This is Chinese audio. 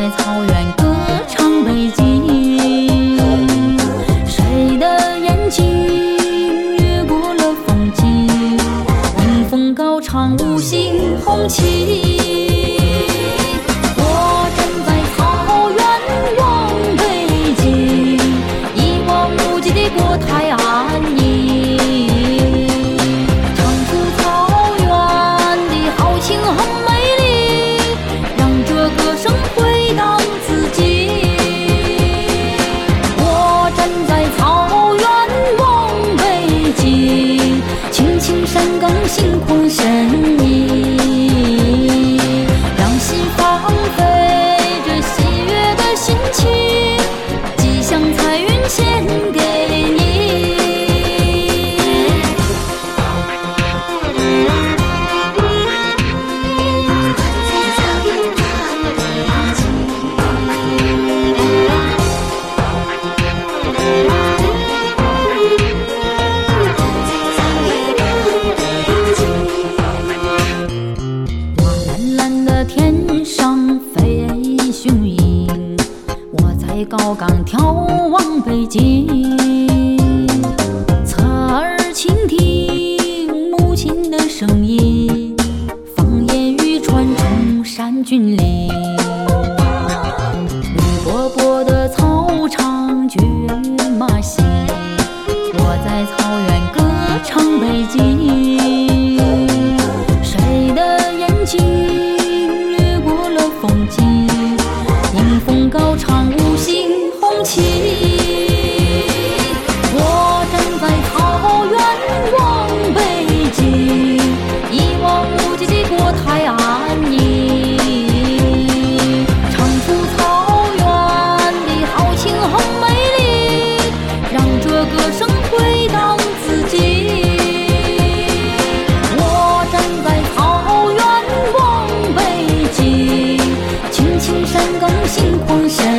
在草原歌唱北京，谁的眼睛掠过了风景，迎风高唱五星红旗。我站在草原望北京，一望无际的国泰安宁，唱出草原的豪情和美丽，让这歌声回荡四季。我站在草原望北京，青青山岗心旷神怡，让心放飞这喜悦的心情，吉祥彩云献给你。蓝蓝的天上飞雄鹰，我在高岗眺望北京，侧耳倾听母亲的声音，方言语传中山峻岭。绿波波的草场骏马行，我在草原歌唱北京，谁的眼睛掠过了风景，迎风高唱五星红旗。我站在草原望北京，一望无际的国泰安宁，唱出草原的豪情和美丽，让这歌声回荡四季。我站在草原望北京，青青山岗心旷神